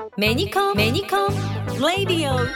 メニコンレディオ。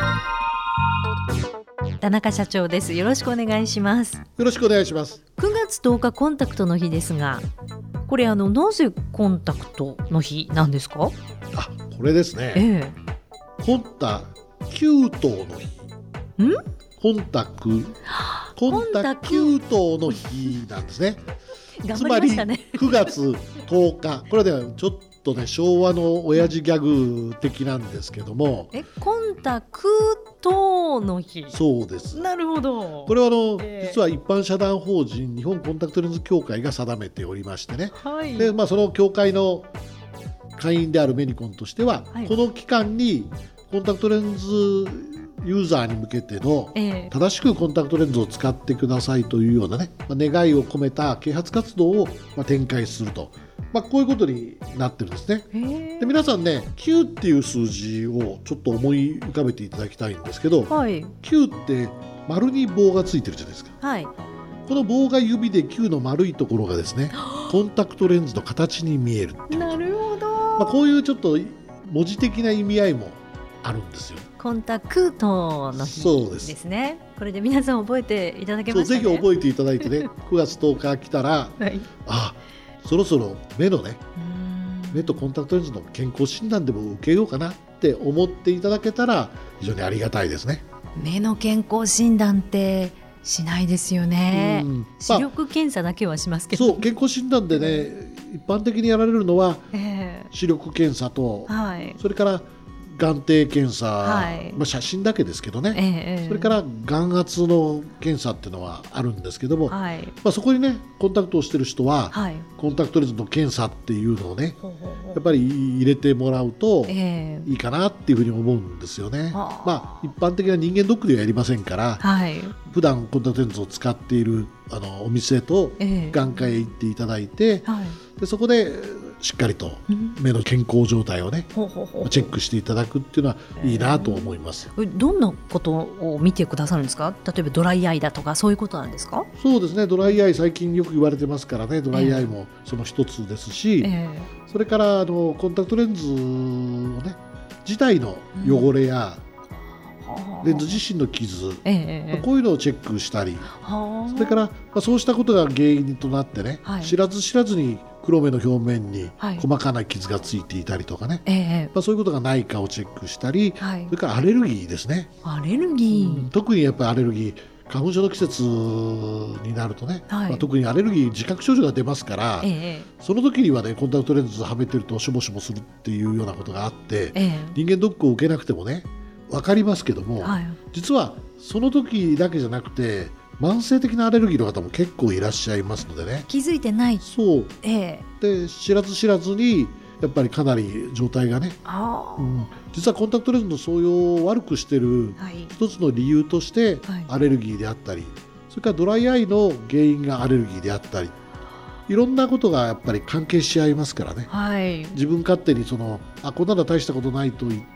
田中社長です。よろしくお願いします。 よろしくお願いします。 9月10日コンタクトの日ですが、これなぜコンタクトの日なんですか？ これですね、コンタキュートの日。コンタキュートの日なんですね。 頑張りましたね。 つまり9月10日これはねちょっとね昭和の親父ギャグ的なんですけども、 コンタクトの日。 そうです。 なるほど。 これは実は一般社団法人日本コンタクトレンズ協会が定めておりましてね、でその協会の会員であるメニコンとしては、この期間にコンタクトレンズユーザーに向けての正しくコンタクトレンズを使ってくださいというようなね、願いを込めた啓発活動を展開すると、こういうことになってるんですね。で皆さんね9っていう数字をちょっと思い浮かべていただきたいんですけど、9って丸に棒がついてるじゃないですか。この棒が指で9の丸いところがですねコンタクトレンズの形に見えるっていう。 なるほど。 こういうちょっと文字的な意味合いもあるんですよ。 コンタクトの日ですね。これで皆さん覚えていただけましたね。 ぜひ覚えていただいてね9月10日来たら、そろそろ目のね目とコンタクトレンズの健康診断でも受けようかなって思っていただけたら非常にありがたいですね。 目の健康診断ってしないですよね。視力検査だけはしますけど、 そう健康診断でね一般的にやられるのは、視力検査と、それから眼底検査、写真だけですけどね、それから眼圧の検査っていうのはあるんですけども、そこにねコンタクトをしてる人は、コンタクトレンズの検査っていうのをねやっぱり入れてもらうといいかなっていうふうに思うんですよね。一般的な人間ドックではやりませんから、普段コンタクトレンズを使っているお店と眼科へ行っていただいて、でそこでしっかりと目の健康状態をねチェックしていただくっていうのはいいなと思います。 どんなことを見てくださるんですか？例えばドライアイだとかそういうことなんですか？ そうですね、ドライアイ最近よく言われてますからね、ドライアイもその一つですし、それからコンタクトレンズをね自体の汚れや、レンズ自身の傷、こういうのをチェックしたり、それから、そうしたことが原因となってね、知らず知らずに黒目の表面に細かな傷がついていたりとかね、そういうことがないかをチェックしたり、それからアレルギーですね。 アレルギー、 特にやっぱりアレルギー花粉症の季節になるとね、特にアレルギー自覚症状が出ますから、その時にはねコンタクトレンズはめてるとしょぼしょぼするっていうようなことがあって、人間ドックを受けなくてもね分かりますけども、実はその時だけじゃなくて慢性的なアレルギーの方も結構いらっしゃいますのでね、 気づいてない。 そう、で知らず知らずにやっぱりかなり状態がね、実はコンタクトレンズの素養を悪くしてる一つの理由としてアレルギーであったり、それからドライアイの原因がアレルギーであったり、いろんなことがやっぱり関係し合いますからね、自分勝手にこんなの大したことないと言って、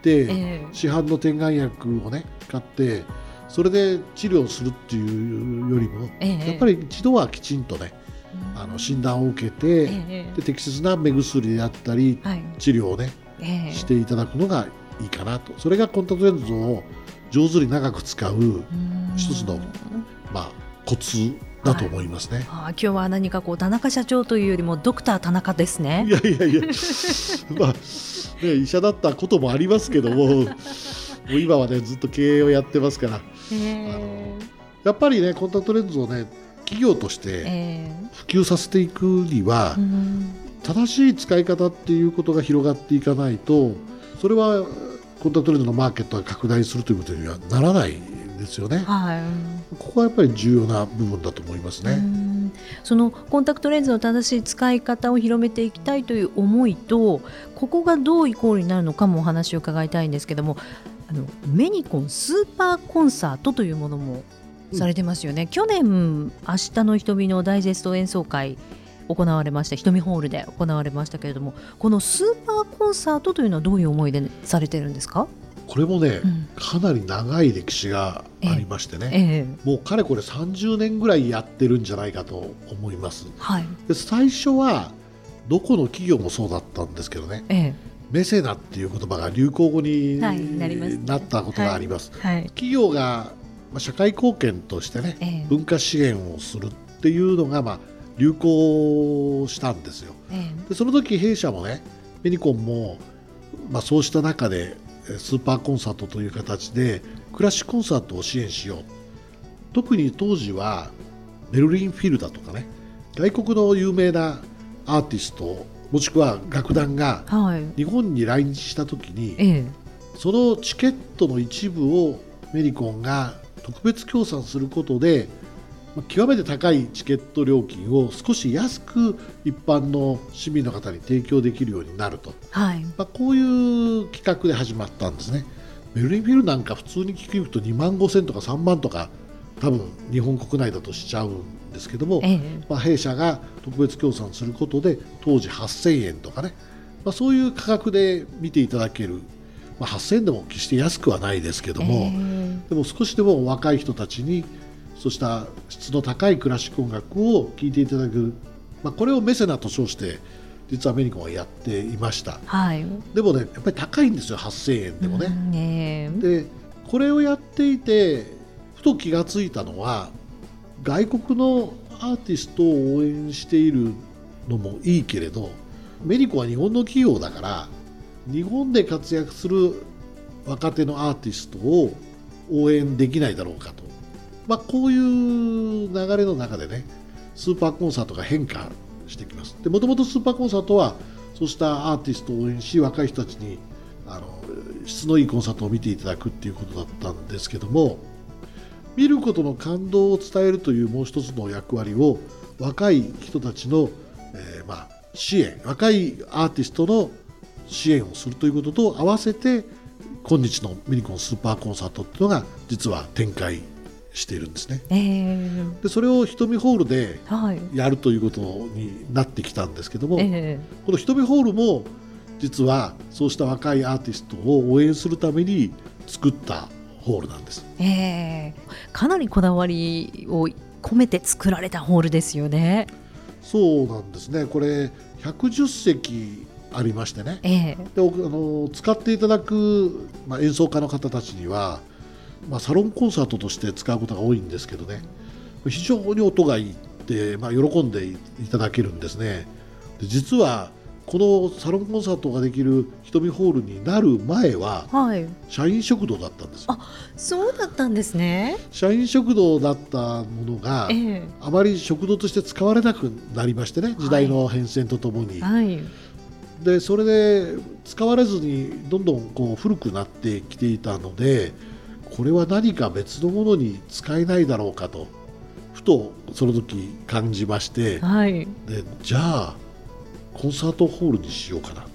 市販の点眼薬をね買ってそれで治療するっていうよりも、やっぱり一度はきちんとね診断を受けて、で適切な目薬であったり、治療をね、していただくのがいいかなと。それがコンタクトレンズを上手に長く使う一つの、コツだと思いますね。 今日は何か田中社長というよりもドクター田中ですね。 いや医者だったこともありますけどももう今はねずっと経営をやってますから、やっぱりねコンタクトレンズをね企業として普及させていくには、正しい使い方っていうことが広がっていかないと、それはコンタクトレンズのマーケットが拡大するということにはならないんですよね。ここはやっぱり重要な部分だと思いますね。 そのコンタクトレンズの正しい使い方を広めていきたいという思いと、ここがどうイコールになるのかもお話を伺いたいんですけども、メニコンスーパーコンサートというものもされてますよね。去年明日の瞳のダイジェスト演奏会行われました、瞳ホールで行われましたけれども、このスーパーコンサートというのはどういう思いでされてるんですか？ これもね、かなり長い歴史がありましてね、もうかれこれ30年ぐらいやってるんじゃないかと思います。で最初はどこの企業もそうだったんですけどね、 メセナっていう言葉が流行語になったことがあります、 はいはい、 企業が社会貢献としてね、文化資源をするっていうのが流行したんですよ、でその時弊社もねメニコンも、そうした中でスーパーコンサートという形でクラシックコンサートを支援しよう。特に当時はベルリンフィルだとかね、外国の有名なアーティストもしくは楽団が日本に来日した時に、そのチケットの一部をメニコンが特別協賛することで、極めて高いチケット料金を少し安く一般の市民の方に提供できるようになると、こういう企画で始まったんですね。ベルリンフィルなんか普通に聞くと2万5千とか3万とか多分日本国内だとしちゃうんですけども、弊社が特別協賛することで当時8000円とかね、そういう価格で見ていただける、8000円でも決して安くはないですけども、でも少しでも若い人たちにそうした質の高いクラシック音楽を聴いていただく、これをメセナと称して実はメニコンはやっていました、でもねやっぱり高いんですよ、8000円でもね、でこれをやっていてふと気がついたのは、外国のアーティストを応援しているのもいいけれど、メニコンは日本の企業だから日本で活躍する若手のアーティストを応援できないだろうかと、こういう流れの中でねスーパーコンサートが変化してきます。でもともとスーパーコンサートはそうしたアーティストを応援し、若い人たちに質のいいコンサートを見ていただくっていうことだったんですけども、見ることの感動を伝えるというもう一つの役割を若い人たちの、支援、若いアーティストの支援をするということと合わせて今日のメニコンスーパーコンサートっていうのが実は展開しているんですね、でそれを瞳ホールでやるということになってきたんですけども、この瞳ホールも実はそうした若いアーティストを応援するために作ったホールなんです、 かなりこだわりを込めて作られたホールですよね。 そうなんですね。これ110席ありましてね、で使っていただく、演奏家の方たちには、サロンコンサートとして使うことが多いんですけどね、非常に音がいいって、喜んでいただけるんですね。で実はこのサロンコンサートができる瞳ホールになる前は、社員食堂だったんです。 そうだったんですね。 社員食堂だったものが、あまり食堂として使われなくなりましてね、時代の変遷とともに、でそれで使われずにどんどん古くなってきていたので、これは何か別のものに使えないだろうかとふとその時感じまして、でじゃあコンサートホールにしようかな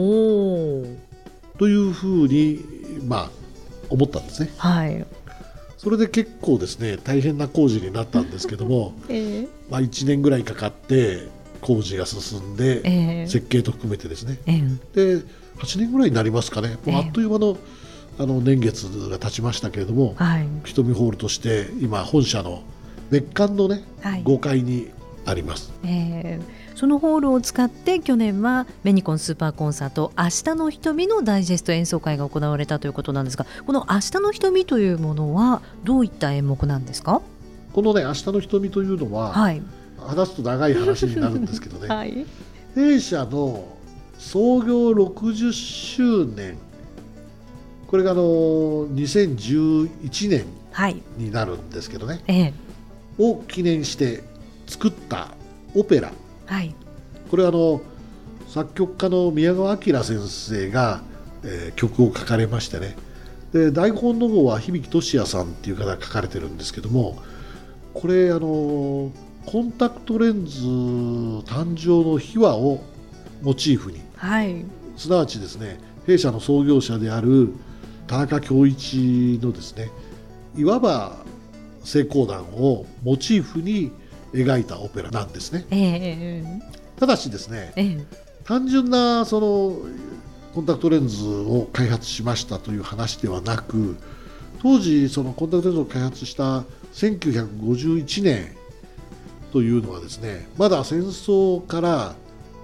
というふうに、思ったんですね、それで結構ですね大変な工事になったんですけども、1年ぐらいかかって工事が進んで、設計と含めてですね、で8年ぐらいになりますかね、もうあっという間の、年月が経ちましたけれども、瞳ホールとして今本社の別館のね、5階にあります、 そのホールを使って去年はメニコンスーパーコンサート明日の瞳のダイジェスト演奏会が行われたということなんですが、この明日の瞳というものはどういった演目なんですか？ このね明日の瞳というのは、話すと長い話になるんですけどね、弊社の創業60周年、これが2011年になるんですけどね、を記念して作ったオペラ、これは作曲家の宮川明先生が、曲を書かれましてね、で台本の方は響俊也さんっていう方が書かれてるんですけども、これコンタクトレンズ誕生の秘話をモチーフに、すなわちですね弊社の創業者である田中恭一のですねいわば成功談をモチーフに描いたオペラなんですね、ただしですね、単純なそのコンタクトレンズを開発しましたという話ではなく、当時そのコンタクトレンズを開発した1951年というのはですね、まだ戦争から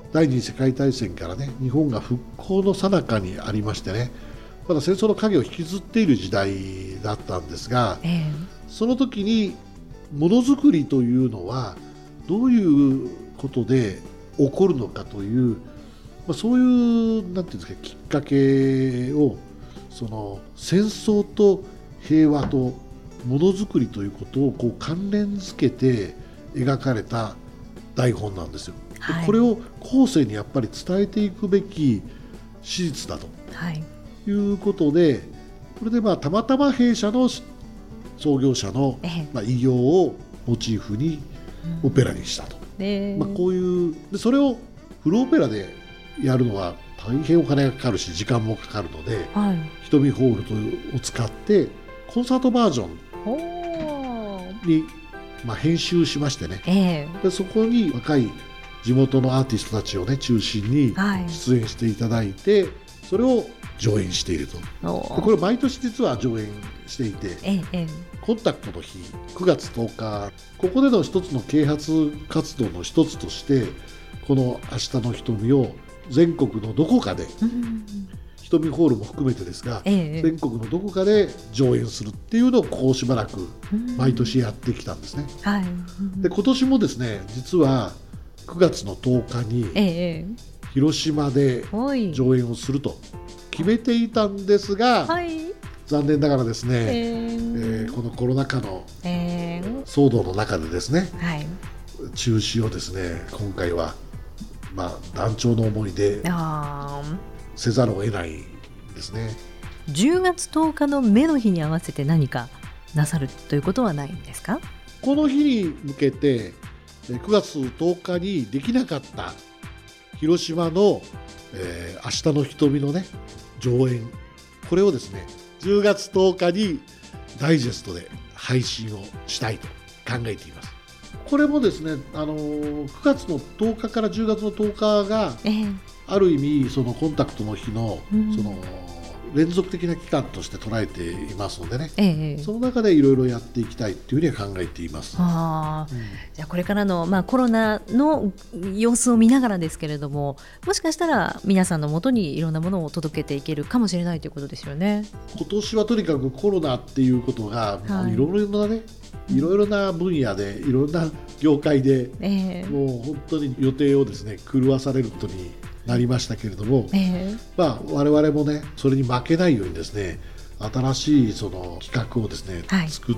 第二次世界大戦からね、日本が復興の最中にありましてね、まだ戦争の影を引きずっている時代だったんですが、その時にものづくりというのはどういうことで起こるのかという、そういうなんていうんですか、きっかけをその戦争と平和とものづくりということをこう関連づけて描かれた台本なんですよ。はい、これを後世にやっぱり伝えていくべき史実だと、いうことで、これでたまたま弊社の創業者の偉業をモチーフにオペラにしたと、こういうで、それをフルオペラでやるのは大変お金がかかるし時間もかかるので、瞳ホールを使ってコンサートバージョンに編集しましてね、でそこに若い地元のアーティストたちをね中心に出演していただいて、それを上演していると。でこれ毎年実は上演していて、コンタクトの日9月10日、ここでの一つの啓発活動の一つとして、この明日の瞳を全国のどこかで、瞳ホールも含めてですが、全国のどこかで上演するっていうのをこうしばらく毎年やってきたんですね。で今年もですね、実は9月の10日に広島で上演をすると決めていたんですが、残念ながらですね、このコロナ禍の騒動の中でですね、中止をですね、今回は断腸の思いでせざるを得ないですね。 10月10日の目の日に合わせて何かなさるということはないんですか？ この日に向けて9月10日にできなかった広島の、明日の瞳のね上演、これをですね10月10日にダイジェストで配信をしたいと考えています。これもですね、9月の10日から10月の10日が、ある意味そのコンタクトの日の、その連続的な期間として捉えていますのでね、その中でいろいろやっていきたいというふうには考えています。じゃあこれからの、コロナの様子を見ながらですけれども、もしかしたら皆さんのもとにいろんなものを届けていけるかもしれないということですよね。 今年はとにかくコロナっていうことが、いろいろなね、いろいろな分野でいろんな業界で、もう本当に予定をですね狂わされることになりましたけれども、我々もねそれに負けないようにですね、新しいその企画をですね、作って、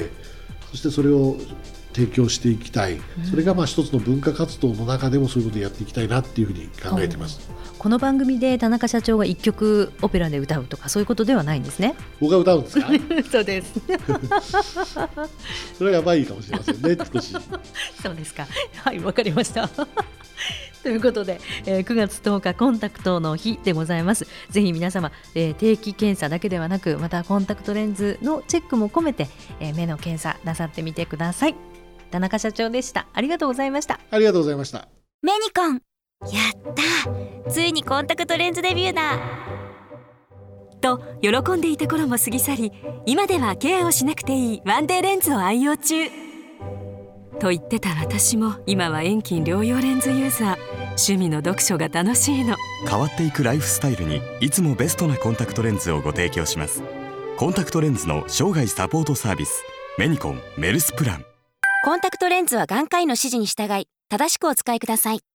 そしてそれを提供していきたい、それが一つの文化活動の中でもそういうことをやっていきたいなっていうふうに考えています。 この番組で田中社長が一曲オペラで歌うとかそういうことではないんですね。 僕が歌うんですか？ そうですそれはやばいかもしれませんね、少し。 そうですか、はい、わかりましたということで、9月10日コンタクトの日でございます。ぜひ皆様、定期検査だけではなく、またコンタクトレンズのチェックも込めて、目の検査なさってみてください。田中社長でした。ありがとうございました。 ありがとうございました。 メニコン、やった、ついにコンタクトレンズデビューだと喜んでいた頃も過ぎ去り、今ではケアをしなくていいワンデーレンズを愛用中と言ってた私も、今は遠近療養レンズユーザー。趣味の読書が楽しいの。 変わっていくライフスタイルにいつもベストなコンタクトレンズをご提供します。コンタクトレンズの生涯サポートサービス、メニコンメルスプラン。 コンタクトレンズは眼科医の指示に従い正しくお使いください。